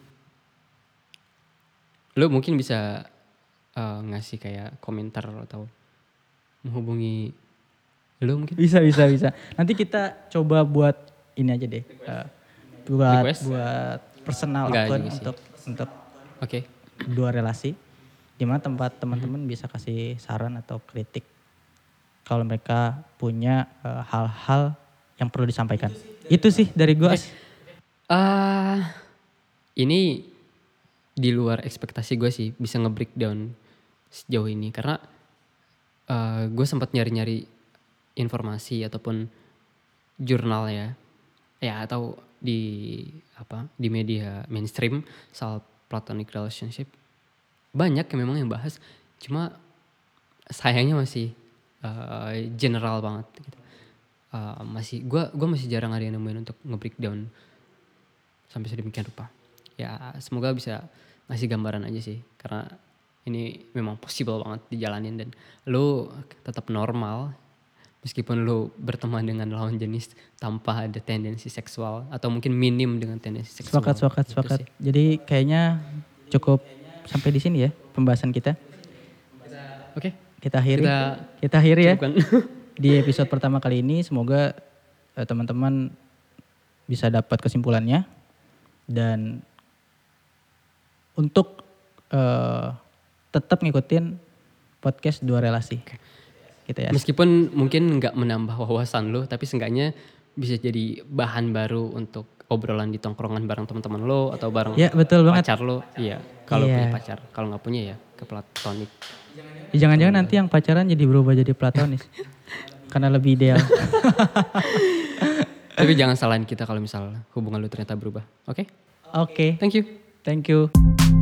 Lo mungkin bisa uh, ngasih kayak komentar atau menghubungi lo mungkin. Bisa bisa bisa. Nanti kita coba buat ini aja deh. eh, buat Request? buat personal Enggak account juga sih. untuk untuk Oke. dua relasi. Di mana tempat teman-teman bisa kasih saran atau kritik kalau mereka punya eh, hal-hal yang perlu disampaikan. Itu sih dari gue. Ah, ini di luar ekspektasi gue sih bisa nge-breakdown sejauh ini karena uh, gue sempat nyari-nyari informasi ataupun jurnal ya, ya atau di apa di media mainstream soal platonic relationship banyak yang memang yang bahas, cuma sayangnya masih uh, general banget gitu. Uh, masih gue gue masih jarang ada yang nemuin untuk nge-breakdown sampai sedemikian rupa. Ya semoga bisa ngasih gambaran aja sih, karena ini memang possible banget dijalanin dan lo tetap normal meskipun lo berteman dengan lawan jenis tanpa ada tendensi seksual atau mungkin minim dengan tendensi seksual. Sepakat, sepakat, Gitu sepakat. sih. Jadi kayaknya cukup sampai di sini ya pembahasan kita. Oke, Kita akhiri. kita Kita akhiri ya. cukupkan. Di episode pertama kali ini semoga eh, teman-teman bisa dapat kesimpulannya dan untuk eh, tetap ngikutin podcast Dua Relasi. Gitu ya. Meskipun mungkin nggak menambah wawasan lo, tapi seenggaknya bisa jadi bahan baru untuk obrolan di tongkrongan bareng teman-teman lo atau bareng Ya, betul banget. pacar lo. Iya, kalau Iya. punya pacar. Kalau nggak punya ya ke platonik. Jangan-jangan nanti yang pacaran jadi berubah jadi platonis. Karena lebih ideal. Tapi jangan salahin kita kalau misal hubungan lo ternyata berubah. Oke? Oke, Thank you. thank you.